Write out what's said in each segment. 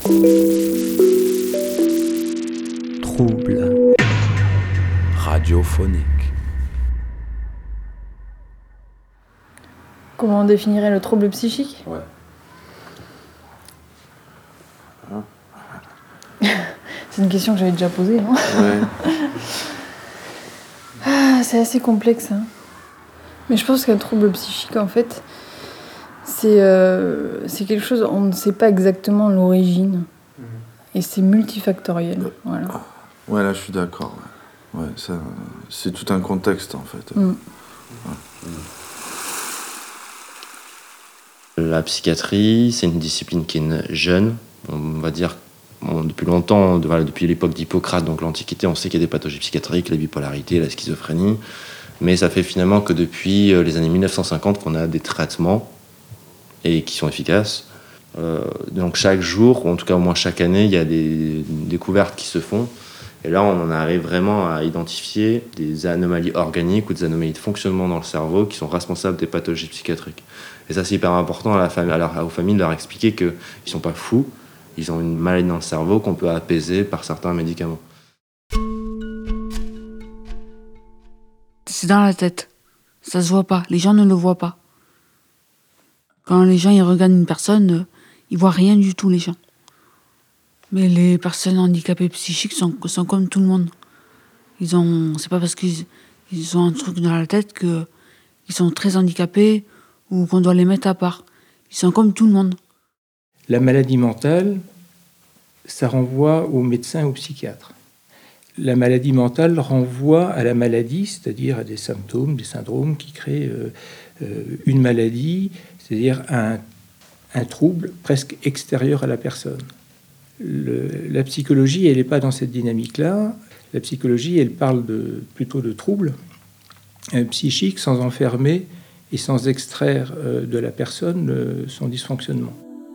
Trouble radiophonique. Comment on définirait le trouble psychique ? Ouais. C'est une question que j'avais déjà posée, non ? Ouais. C'est assez complexe, hein. Mais je pense qu'un trouble psychique, en fait, c'est quelque chose, on ne sait pas exactement l'origine. Et c'est multifactoriel. Voilà. Ouais, là, je suis d'accord. Ouais, ça, c'est tout un contexte, en fait. La psychiatrie, c'est une discipline qui est jeune. On va dire, depuis longtemps, depuis l'époque d'Hippocrate, donc l'Antiquité, on sait qu'il y a des pathologies psychiatriques, la bipolarité, la schizophrénie. Mais ça fait finalement que depuis les années 1950 qu'on a des traitements et qui sont efficaces. Donc chaque jour, ou en tout cas au moins chaque année, il y a des découvertes qui se font. Et là, on en arrive vraiment à identifier des anomalies organiques ou des anomalies de fonctionnement dans le cerveau qui sont responsables des pathologies psychiatriques. Et ça, c'est hyper important aux familles de leur expliquer qu'ils ne sont pas fous, ils ont une maladie dans le cerveau qu'on peut apaiser par certains médicaments. C'est dans la tête. Ça se voit pas. Les gens ne le voient pas. Quand les gens ils regardent une personne, ils voient rien du tout, les gens. Mais les personnes handicapées psychiques sont comme tout le monde. C'est pas parce qu'ils ont un truc dans la tête qu'ils sont très handicapés ou qu'on doit les mettre à part. Ils sont comme tout le monde. La maladie mentale, ça renvoie au médecin ou au psychiatre. La maladie mentale renvoie à la maladie, c'est-à-dire à des symptômes, des syndromes qui créent une maladie, c'est-à-dire un trouble presque extérieur à la personne. La psychologie, elle n'est pas dans cette dynamique-là. La psychologie, elle parle plutôt de troubles psychiques sans enfermer et sans extraire de la personne son dysfonctionnement.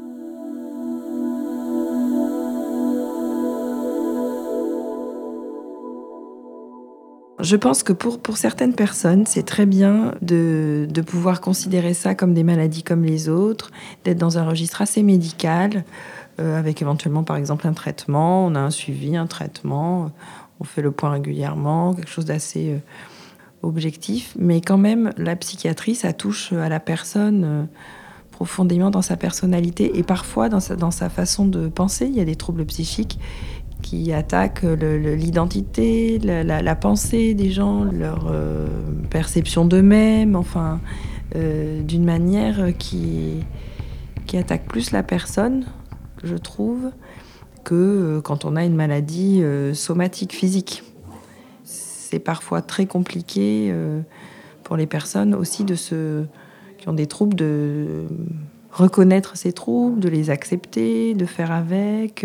Je pense que pour certaines personnes, c'est très bien de pouvoir considérer ça comme des maladies comme les autres, d'être dans un registre assez médical, avec éventuellement par exemple un traitement, on a un suivi, un traitement, on fait le point régulièrement, quelque chose d'assez objectif. Mais quand même, la psychiatrie, ça touche à la personne profondément dans sa personnalité et parfois dans sa façon de penser. Il y a des troubles psychiques qui attaquent l'identité, la pensée des gens, leur perception d'eux-mêmes, enfin, d'une manière qui attaque plus la personne, je trouve, que quand on a une maladie somatique, physique. C'est parfois très compliqué pour les personnes aussi qui ont des troubles de reconnaître ces troubles, de les accepter, de faire avec...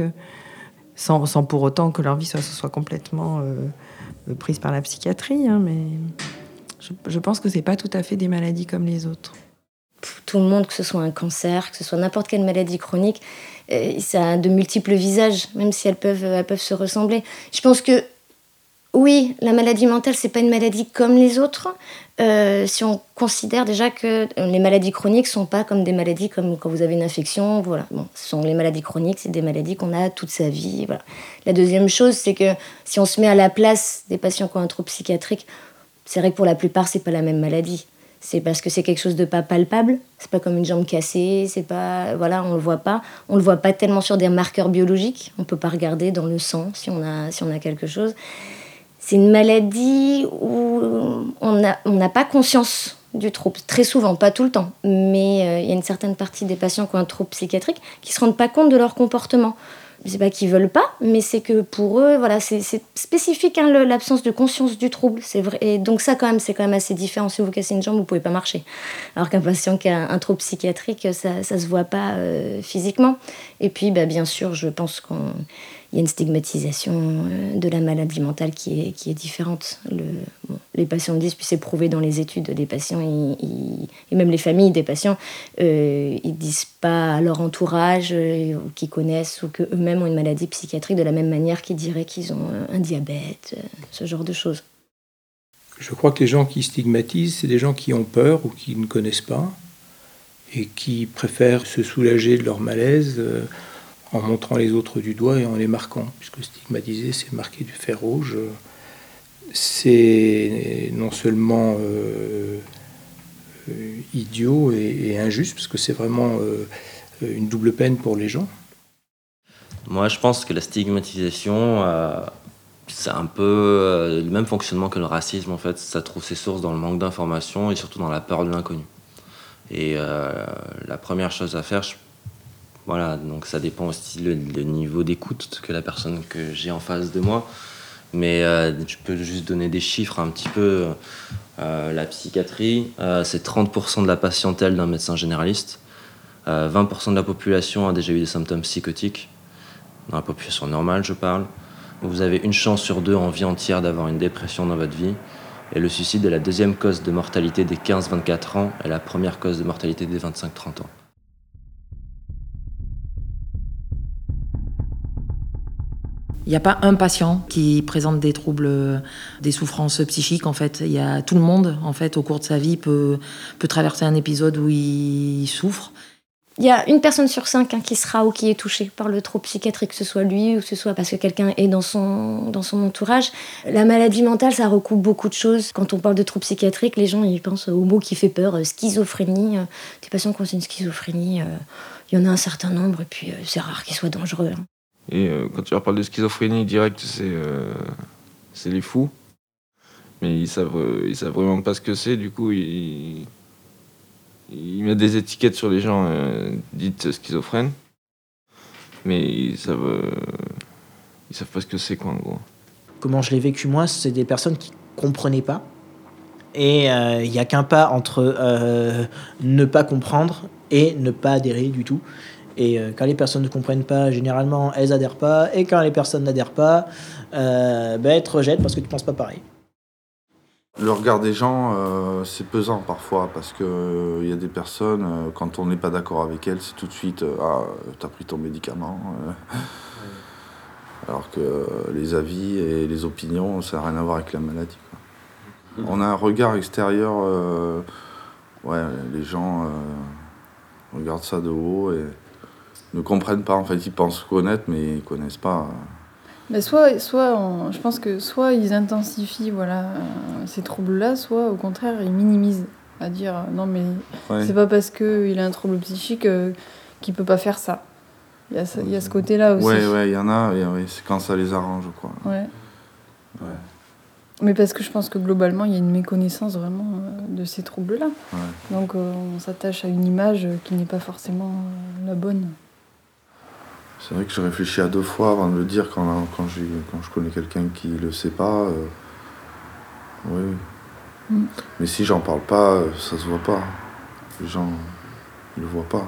Sans pour autant que leur vie soit complètement prise par la psychiatrie, hein, mais je pense que c'est pas tout à fait des maladies comme les autres. Tout le monde, que ce soit un cancer, que ce soit n'importe quelle maladie chronique, ça a de multiples visages, même si elles peuvent se ressembler. Je pense que oui, la maladie mentale, c'est pas une maladie comme les autres. Si on considère déjà que les maladies chroniques sont pas comme des maladies comme quand vous avez une infection, voilà. Bon, les maladies chroniques, c'est des maladies qu'on a toute sa vie, voilà. La deuxième chose, c'est que si on se met à la place des patients qui ont un trouble psychiatrique, c'est vrai que pour la plupart, c'est pas la même maladie. C'est parce que c'est quelque chose de pas palpable, c'est pas comme une jambe cassée, c'est pas, voilà, on le voit pas tellement sur des marqueurs biologiques, on peut pas regarder dans le sang si on a quelque chose. C'est une maladie où on n'a pas conscience du trouble, très souvent, pas tout le temps. Mais il y a une certaine partie des patients qui ont un trouble psychiatrique qui ne se rendent pas compte de leur comportement. C'est pas qu'ils ne veulent pas, mais c'est que pour eux, voilà, c'est spécifique, hein, l'absence de conscience du trouble. C'est vrai. Et donc ça, quand même, c'est quand même assez différent. Si vous cassez une jambe, vous ne pouvez pas marcher. Alors qu'un patient qui a un trouble psychiatrique, ça ne se voit pas physiquement. Et puis, bien sûr, je pense il y a une stigmatisation de la maladie mentale qui est différente. Les patients le disent, puis c'est prouvé dans les études des patients, et même les familles des patients, ils ne disent pas à leur entourage, ou qu'ils connaissent, ou qu'eux-mêmes ont une maladie psychiatrique de la même manière qu'ils diraient qu'ils ont un diabète, ce genre de choses. Je crois que les gens qui stigmatisent, c'est des gens qui ont peur ou qui ne connaissent pas et qui préfèrent se soulager de leur malaise en montrant les autres du doigt et en les marquant, puisque stigmatiser, c'est marquer du fer rouge. C'est non seulement idiot et injuste, parce que c'est vraiment une double peine pour les gens. Moi, je pense que la stigmatisation, c'est un peu le même fonctionnement que le racisme, en fait. Ça trouve ses sources dans le manque d'information et surtout dans la peur de l'inconnu. Et la première chose à faire, voilà, donc ça dépend aussi le niveau d'écoute que la personne que j'ai en face de moi. Mais je peux juste donner des chiffres un petit peu. La psychiatrie, c'est 30% de la patientèle d'un médecin généraliste. 20% de la population a déjà eu des symptômes psychotiques. Dans la population normale, je parle. Vous avez une chance sur 2 en vie entière d'avoir une dépression dans votre vie. Et le suicide est la deuxième cause de mortalité des 15-24 ans et la première cause de mortalité des 25-30 ans. Il n'y a pas un patient qui présente des troubles, des souffrances psychiques, en fait. Il y a tout le monde, en fait, au cours de sa vie, peut traverser un épisode où il souffre. Il y a une personne sur 5 qui sera ou qui est touchée par le trouble psychiatrique, que ce soit lui ou que ce soit parce que quelqu'un est dans son entourage. La maladie mentale, ça recoupe beaucoup de choses. Quand on parle de trouble psychiatrique, les gens ils pensent au mot qui fait peur, schizophrénie. Des patients qui ont une schizophrénie, il y en a un certain nombre et puis c'est rare qu'ils soient dangereux. Et quand tu leur parles de schizophrénie, direct, c'est les fous. Mais ils savent vraiment pas ce que c'est, du coup, ils mettent des étiquettes sur les gens dites schizophrènes. Mais ils savent pas ce que c'est, quoi, en gros. Comment je l'ai vécu, moi, c'est des personnes qui comprenaient pas. Et il n'y a qu'un pas entre ne pas comprendre et ne pas adhérer du tout. Et quand les personnes ne comprennent pas, généralement, elles adhèrent pas. Et quand les personnes n'adhèrent pas, elles te rejettent parce que tu penses pas pareil. Le regard des gens, c'est pesant parfois, parce qu'il y a des personnes, quand on n'est pas d'accord avec elles, c'est tout de suite « Ah, t'as pris ton médicament ». Alors que les avis et les opinions, ça n'a rien à voir avec la maladie, quoi. On a un regard extérieur, les gens regardent ça de haut et ne comprennent pas. En fait, ils pensent connaître, mais ils connaissent pas. Mais je pense que soit ils intensifient ces troubles-là, soit au contraire ils minimisent. À dire non mais c'est pas parce qu'il a un trouble psychique qu'il peut pas faire ça. Il y a ce côté-là aussi. Ouais, il y en a, c'est quand ça les arrange, quoi. Ouais. Mais parce que je pense que globalement, il y a une méconnaissance vraiment de ces troubles-là. Ouais. Donc on s'attache à une image qui n'est pas forcément la bonne. C'est vrai que je réfléchis à 2 fois avant de le dire quand je connais quelqu'un qui le sait pas. Oui. Mais si j'en parle pas, ça se voit pas. Les gens, ils le voient pas.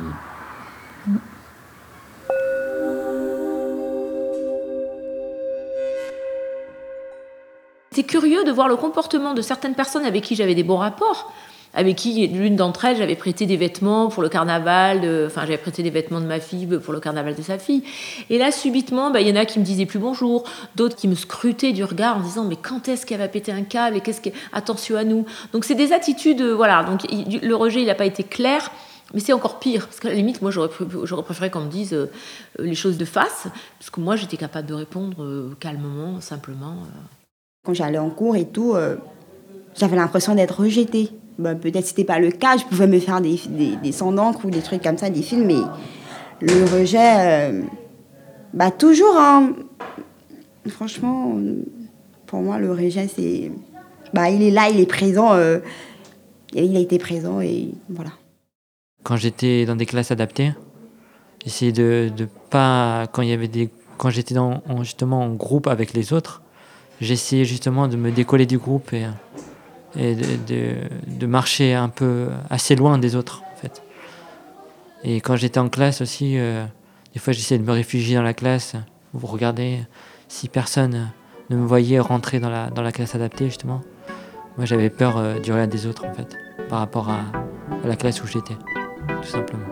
C'était curieux de voir le comportement de certaines personnes avec qui j'avais des bons rapports, avec qui, l'une d'entre elles, j'avais prêté des vêtements pour le carnaval, j'avais prêté des vêtements de ma fille pour le carnaval de sa fille. Et là, subitement, y en a qui me disaient plus bonjour, d'autres qui me scrutaient du regard en disant « mais quand est-ce qu'elle va péter un câble et attention à nous ». Donc c'est des attitudes, donc le rejet, il n'a pas été clair. Mais c'est encore pire, parce qu'à la limite, moi, j'aurais préféré qu'on me dise les choses de face, parce que moi, j'étais capable de répondre calmement, simplement. Quand j'allais en cours et tout, j'avais l'impression d'être rejetée. Peut-être c'était pas le cas, je pouvais me faire des sangs d'encre ou des trucs comme ça, des films, mais le rejet, toujours, hein. Franchement, pour moi, le rejet, c'est... il est là, il est présent, il a été présent et voilà. Quand j'étais dans des classes adaptées, j'essayais de pas... Quand j'étais justement en groupe avec les autres, j'essayais justement de me décoller du groupe et de marcher un peu assez loin des autres, en fait. Et quand j'étais en classe aussi, des fois j'essayais de me réfugier dans la classe. Vous regardez, si personne ne me voyait rentrer dans la classe adaptée, justement, moi j'avais peur du regard des autres, en fait, par rapport à la classe où j'étais, tout simplement.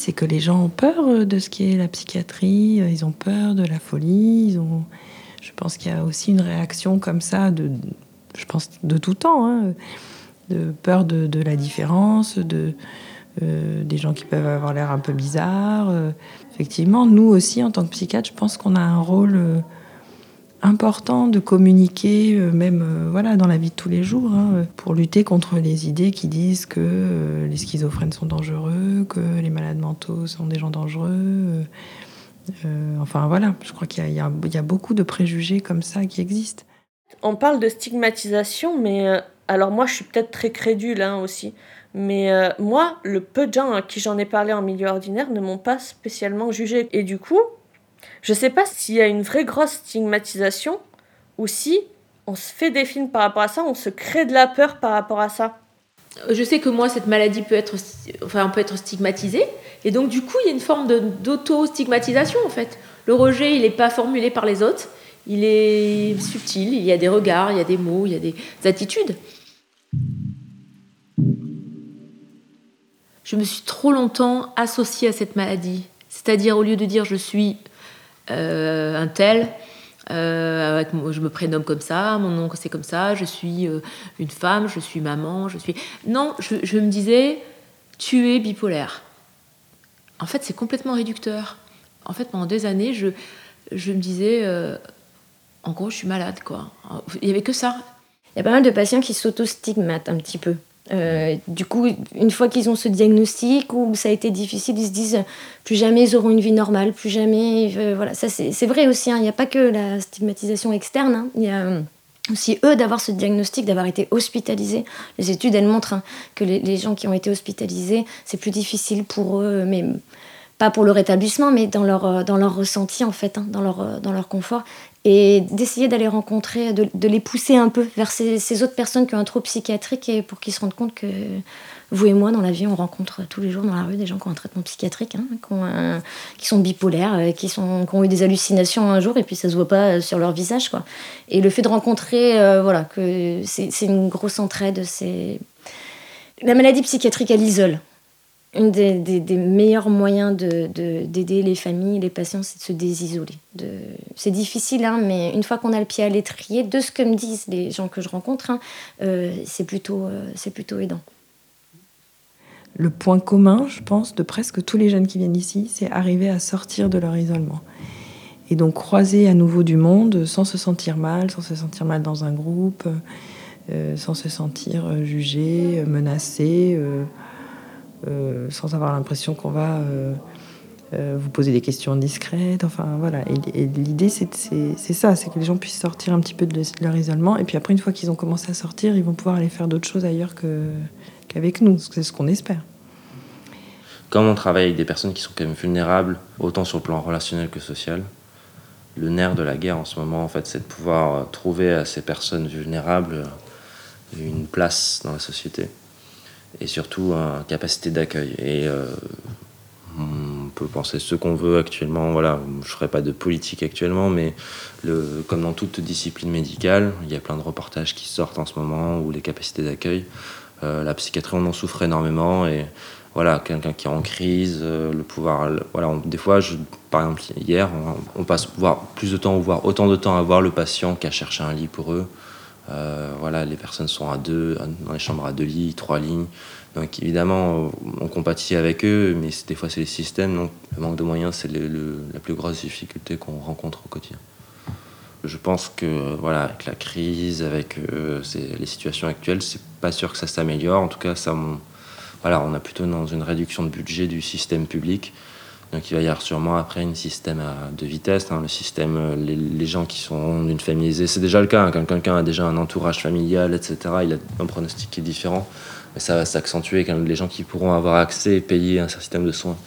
c'est que les gens ont peur de ce qui est la psychiatrie, ils ont peur de la folie, je pense qu'il y a aussi une réaction comme ça, je pense de tout temps, hein, de peur de la différence, des gens qui peuvent avoir l'air un peu bizarres. Effectivement, nous aussi, en tant que psychiatre, je pense qu'on a un rôle important de communiquer, même voilà, dans la vie de tous les jours, hein, pour lutter contre les idées qui disent que les schizophrènes sont dangereux, que les malades mentaux sont des gens dangereux. Enfin voilà, je crois qu'il y a beaucoup de préjugés comme ça qui existent. On parle de stigmatisation, mais alors moi je suis peut-être très crédule aussi, mais moi, le peu de gens à qui j'en ai parlé en milieu ordinaire ne m'ont pas spécialement jugée. Et du coup, je sais pas s'il y a une vraie grosse stigmatisation ou si on se fait des films par rapport à ça, on se crée de la peur par rapport à ça. Je sais que moi, cette maladie peut être stigmatisée, et donc du coup, il y a une forme d'auto-stigmatisation en fait. Le rejet, il n'est pas formulé par les autres, il est subtil, il y a des regards, il y a des mots, il y a des attitudes. Je me suis trop longtemps associée à cette maladie. C'est-à-dire, au lieu de dire je suis un tel, je me prénomme comme ça, mon nom c'est comme ça, je suis une femme, je suis maman, Non, je me disais, tu es bipolaire. En fait, c'est complètement réducteur. En fait, pendant des années, je me disais, en gros, je suis malade, quoi. Il n'y avait que ça. Il y a pas mal de patients qui s'auto-stigmatent un petit peu. Du coup, une fois qu'ils ont ce diagnostic où ça a été difficile, ils se disent plus jamais ils auront une vie normale, plus jamais. Voilà, ça c'est vrai aussi. Il n'y a pas que la stigmatisation externe. Il y a aussi eux d'avoir ce diagnostic, d'avoir été hospitalisés. Les études elles montrent que les gens qui ont été hospitalisés, c'est plus difficile pour eux, mais pas pour le rétablissement, mais dans leur ressenti en fait, dans leur confort. Et d'essayer d'aller rencontrer, de les pousser un peu vers ces autres personnes qui ont un trouble psychiatrique et pour qu'ils se rendent compte que vous et moi, dans la vie, on rencontre tous les jours dans la rue des gens qui ont un traitement psychiatrique, qui sont bipolaires, qui ont eu des hallucinations un jour et puis ça se voit pas sur leur visage, quoi. Et le fait de rencontrer, que c'est une grosse entraide. La maladie psychiatrique, elle isole. Un des meilleurs moyens d'aider les familles, les patients, c'est de se désisoler. C'est difficile, mais une fois qu'on a le pied à l'étrier, de ce que me disent les gens que je rencontre, c'est plutôt aidant. Le point commun, je pense, de presque tous les jeunes qui viennent ici, c'est arriver à sortir de leur isolement. Et donc croiser à nouveau du monde sans se sentir mal dans un groupe, sans se sentir jugé, menacé, sans avoir l'impression qu'on va vous poser des questions indiscrètes. Enfin voilà. Et l'idée c'est ça, c'est que les gens puissent sortir un petit peu de leur isolement. Et puis après, une fois qu'ils ont commencé à sortir, ils vont pouvoir aller faire d'autres choses ailleurs qu'avec nous. C'est ce qu'on espère. Comme on travaille avec des personnes qui sont quand même vulnérables, autant sur le plan relationnel que social, le nerf de la guerre en ce moment, en fait, c'est de pouvoir trouver à ces personnes vulnérables une place dans la société. Et surtout une capacité d'accueil. Et on peut penser ce qu'on veut actuellement. Voilà, je ne ferai pas de politique actuellement, mais comme dans toute discipline médicale, il y a plein de reportages qui sortent en ce moment où les capacités d'accueil, la psychiatrie, on en souffre énormément. Et voilà, quelqu'un qui est en crise, le pouvoir... des fois, par exemple, hier, on passe plus de temps, voire autant de temps à voir le patient qu'à chercher un lit pour eux. Les personnes sont à deux, dans les chambres à 2 lits, 3 lits. Donc évidemment, on compatit avec eux, mais des fois c'est les systèmes. Donc le manque de moyens, c'est la plus grosse difficulté qu'on rencontre au quotidien. Je pense que avec la crise, avec les situations actuelles, c'est pas sûr que ça s'améliore. En tout cas, on est plutôt dans une réduction de budget du système public. Donc il va y avoir sûrement après un système à 2 vitesses. Le système, les gens qui sont d'une famille aisée, c'est déjà le cas. Quand quelqu'un a déjà un entourage familial, etc., il a un pronostic qui est différent. Mais ça va s'accentuer quand les gens qui pourront avoir accès et payer un système de soins.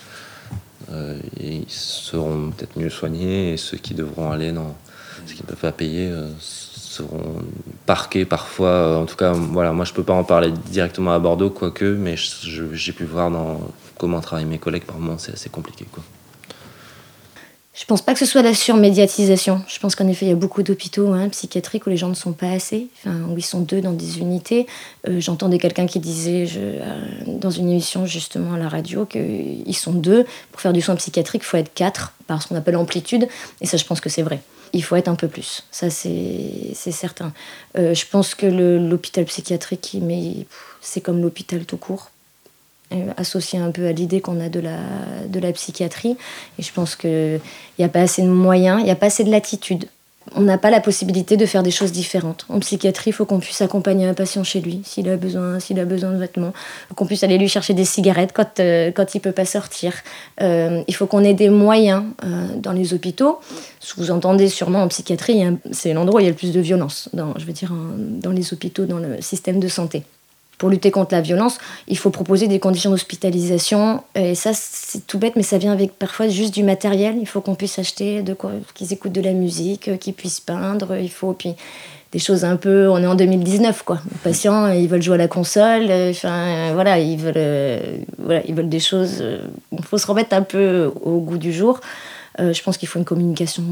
Ils seront peut-être mieux soignés, et ceux qui devront aller dans ce qu'ils ne peuvent pas payer seront parqués parfois. En tout cas, moi je peux pas en parler directement à Bordeaux, quoique, mais j'ai pu voir comment travaillent mes collègues par moment, c'est assez compliqué, quoi. Je pense pas que ce soit la surmédiatisation. Je pense qu'en effet, il y a beaucoup d'hôpitaux psychiatriques où les gens ne sont pas assez, où ils sont 2 dans des unités. J'entendais quelqu'un qui disait dans une émission justement à la radio qu'ils sont 2. Pour faire du soin psychiatrique, il faut être 4 par ce qu'on appelle amplitude. Et ça, je pense que c'est vrai. Il faut être un peu plus. Ça, c'est certain. Je pense que l'hôpital psychiatrique, c'est comme l'hôpital tout court. Associé un peu à l'idée qu'on a de la psychiatrie. Et je pense qu'il n'y a pas assez de moyens, il n'y a pas assez de latitude. On n'a pas la possibilité de faire des choses différentes. En psychiatrie, il faut qu'on puisse accompagner un patient chez lui, s'il a besoin de vêtements. Il faut qu'on puisse aller lui chercher des cigarettes quand il ne peut pas sortir. Il faut qu'on ait des moyens dans les hôpitaux. Ce que vous entendez sûrement en psychiatrie, c'est l'endroit où il y a le plus de violence, dans les hôpitaux, dans le système de santé. Pour lutter contre la violence, il faut proposer des conditions d'hospitalisation. Et ça, c'est tout bête, mais ça vient avec parfois juste du matériel. Il faut qu'on puisse acheter qu'ils écoutent de la musique, qu'ils puissent peindre. Il faut puis des choses un peu... On est en 2019, quoi. Les patients, ils veulent jouer à la console. Ils veulent des choses... Il faut se remettre un peu au goût du jour. Je pense qu'il faut une communication...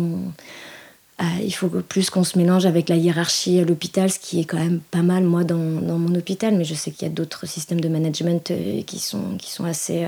Il faut plus qu'on se mélange avec la hiérarchie à l'hôpital, ce qui est quand même pas mal, moi, dans mon hôpital. Mais je sais qu'il y a d'autres systèmes de management qui sont assez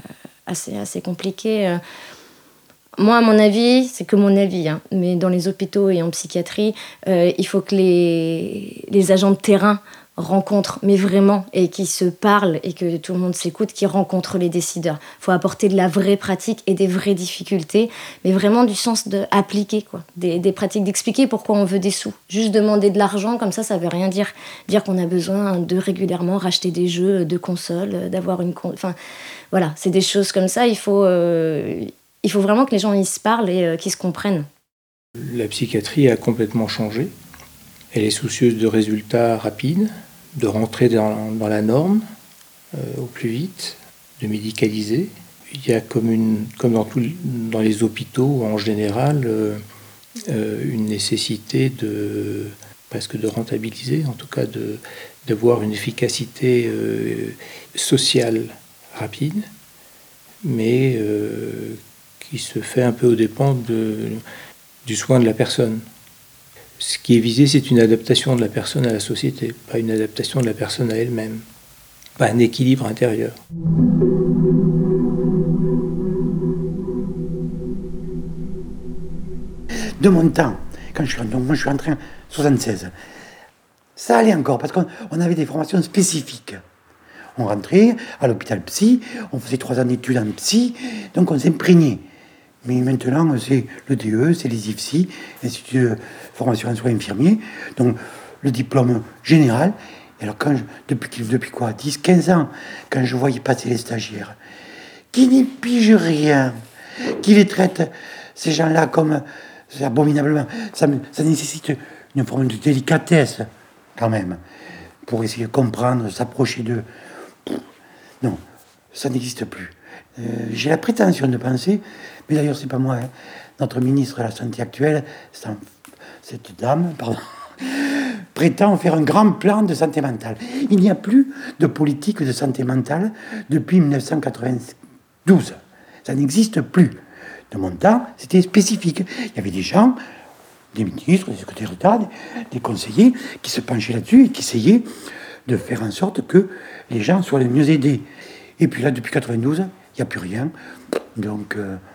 compliqués. Moi, à mon avis, c'est que mon avis, mais dans les hôpitaux et en psychiatrie, il faut que les agents de terrain rencontrent, mais vraiment, et qui se parlent et que tout le monde s'écoute, qui rencontrent les décideurs. Il faut apporter de la vraie pratique et des vraies difficultés, mais vraiment du sens d'appliquer, quoi. Des pratiques, d'expliquer pourquoi on veut des sous. Juste demander de l'argent, comme ça veut rien dire. Dire qu'on a besoin de régulièrement racheter des jeux de console, d'avoir une... Enfin, voilà, c'est des choses comme ça. Il faut vraiment que les gens ils se parlent et qu'ils se comprennent. La psychiatrie a complètement changé. Elle est soucieuse de résultats rapides, de rentrer dans la norme au plus vite, de médicaliser. Il y a comme dans les hôpitaux en général une nécessité presque de rentabiliser, en tout cas d'avoir une efficacité sociale rapide, mais qui se fait un peu aux dépens du soin de la personne. Ce qui est visé, c'est une adaptation de la personne à la société, pas une adaptation de la personne à elle-même, pas un équilibre intérieur. De mon temps, quand je suis rentré en 76, ça allait encore, parce qu'on avait des formations spécifiques. On rentrait à l'hôpital psy, on faisait 3 ans d'études en psy, donc on s'imprégnait. Mais maintenant, c'est le DE, c'est les IFSI, Institut de formation en soins infirmiers, donc le diplôme général. Et alors, depuis quoi, 10, 15 ans, quand je voyais passer les stagiaires, qui n'y pigent rien, qui les traitent, ces gens-là, comme c'est abominablement. Ça nécessite une forme de délicatesse, quand même, pour essayer de comprendre, s'approcher d'eux. Non, ça n'existe plus. J'ai la prétention de penser, mais d'ailleurs c'est pas moi, notre ministre de la Santé actuelle, cette dame, prétend faire un grand plan de santé mentale. Il n'y a plus de politique de santé mentale depuis 1992. Ça n'existe plus. De mon temps, c'était spécifique. Il y avait des gens, des ministres, des secrétaires d'État, des conseillers, qui se penchaient là-dessus et qui essayaient de faire en sorte que les gens soient les mieux aidés. Et puis là, depuis 92, il n'y a plus rien. Donc,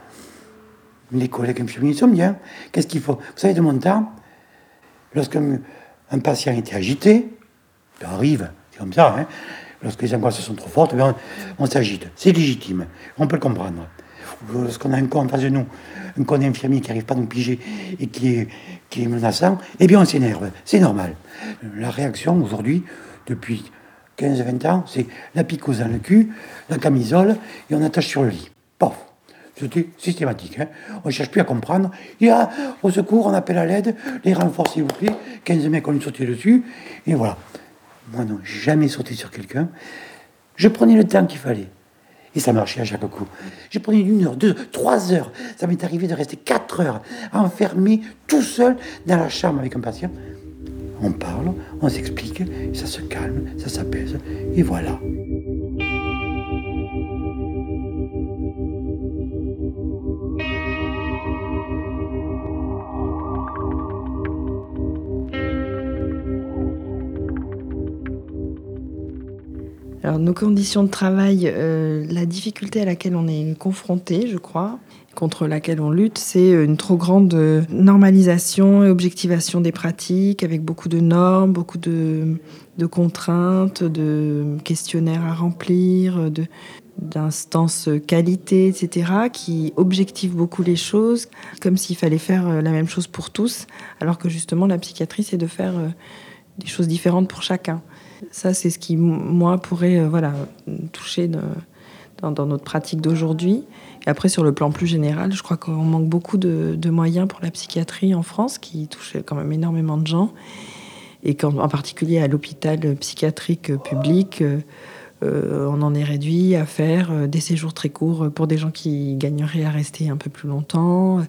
les collègues infirmiers sont bien. Qu'est-ce qu'il faut? Vous savez, de mon temps, lorsqu'un patient était agité, ça arrive, c'est comme ça, lorsque les angoisses sont trop fortes, on s'agite. C'est légitime, on peut le comprendre. Lorsqu'on a un con en face de nous, un con infirmier qui n'arrive pas à nous piger et qui est menaçant, eh bien on s'énerve, c'est normal. La réaction aujourd'hui, depuis 15-20 ans, c'est la picouse dans le cul, la camisole, et on attache sur le lit. Pof. C'était systématique. On ne cherche plus à comprendre. Il y a, au secours, on appelle à l'aide, les renforts s'il vous plaît, 15 mecs ont sauté dessus, et voilà. Moi non, j'ai jamais sauté sur quelqu'un. Je prenais le temps qu'il fallait. Et ça marchait à chaque coup. Je prenais 1 heure, 2 heures, 3 heures. Ça m'est arrivé de rester 4 heures enfermé tout seul dans la chambre avec un patient. On parle, on s'explique, ça se calme, ça s'apaise, et voilà. Alors, nos conditions de travail, la difficulté à laquelle on est confronté, je crois, contre laquelle on lutte, c'est une trop grande normalisation et objectivation des pratiques, avec beaucoup de normes, beaucoup de contraintes, de questionnaires à remplir, d'instances qualité, etc., qui objectivent beaucoup les choses, comme s'il fallait faire la même chose pour tous, alors que justement la psychiatrie, c'est de faire des choses différentes pour chacun. Ça, c'est ce qui, moi, pourrait toucher dans notre pratique d'aujourd'hui. Et après, sur le plan plus général, je crois qu'on manque beaucoup de moyens pour la psychiatrie en France, qui touche quand même énormément de gens, et en particulier à l'hôpital psychiatrique public, on en est réduit à faire des séjours très courts pour des gens qui gagneraient à rester un peu plus longtemps,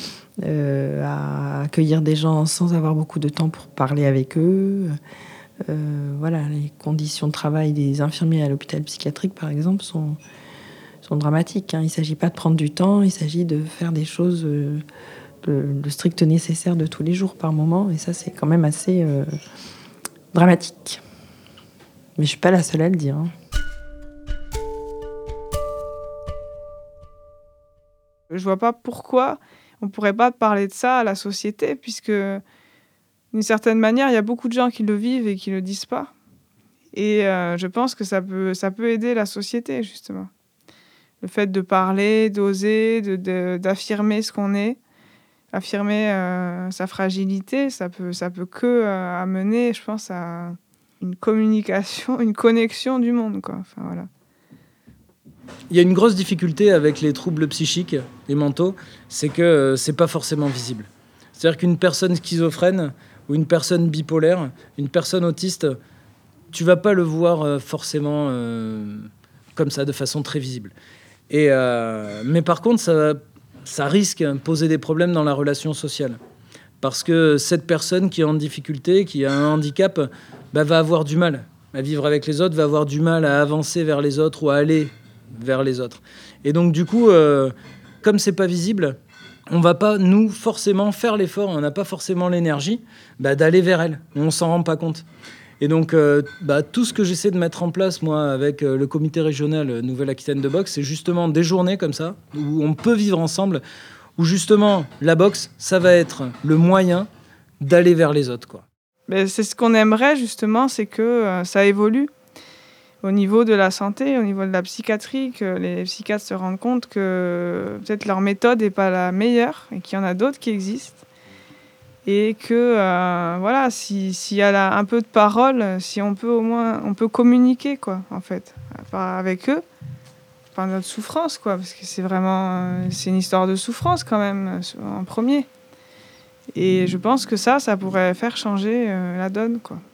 à accueillir des gens sans avoir beaucoup de temps pour parler avec eux. Les conditions de travail des infirmiers à l'hôpital psychiatrique, par exemple, sont dramatiques. Il ne s'agit pas de prendre du temps, il s'agit de faire des choses, le strict nécessaire de tous les jours par moment, et ça, c'est quand même assez dramatique. Mais je ne suis pas la seule à le dire. Je vois pas pourquoi on pourrait pas parler de ça à la société, puisque d'une certaine manière, il y a beaucoup de gens qui le vivent et qui le disent pas. Et je pense que ça peut aider la société, justement. Le fait de parler, d'oser, d'affirmer ce qu'on est, affirmer sa fragilité, ça peut que amener, je pense, à une communication, une connexion du monde, quoi. Enfin, voilà. Il y a une grosse difficulté avec les troubles psychiques et mentaux, c'est que c'est pas forcément visible. C'est-à-dire qu'une personne schizophrène ou une personne bipolaire, une personne autiste, tu vas pas le voir forcément comme ça, de façon très visible. Mais par contre, ça risque de poser des problèmes dans la relation sociale. Parce que cette personne qui est en difficulté, qui a un handicap, va avoir du mal à vivre avec les autres, va avoir du mal à avancer vers les autres ou à aller vers les autres. Et donc du coup, comme c'est pas visible, on va pas, nous, forcément faire l'effort, on n'a pas forcément l'énergie d'aller vers elle. On s'en rend pas compte. Et donc, tout ce que j'essaie de mettre en place, moi, avec le comité régional Nouvelle-Aquitaine de boxe, c'est justement des journées comme ça, où on peut vivre ensemble, où justement, la boxe, ça va être le moyen d'aller vers les autres, quoi. Mais c'est ce qu'on aimerait, justement, c'est que ça évolue au niveau de la santé, au niveau de la psychiatrie, que les psychiatres se rendent compte que peut-être leur méthode n'est pas la meilleure et qu'il y en a d'autres qui existent. Et que, s'il y a un peu de parole, si on peut au moins, on peut communiquer, quoi, en fait, avec eux, par notre souffrance, quoi, parce que c'est une histoire de souffrance, quand même, en premier. Et je pense que ça pourrait faire changer la donne, quoi.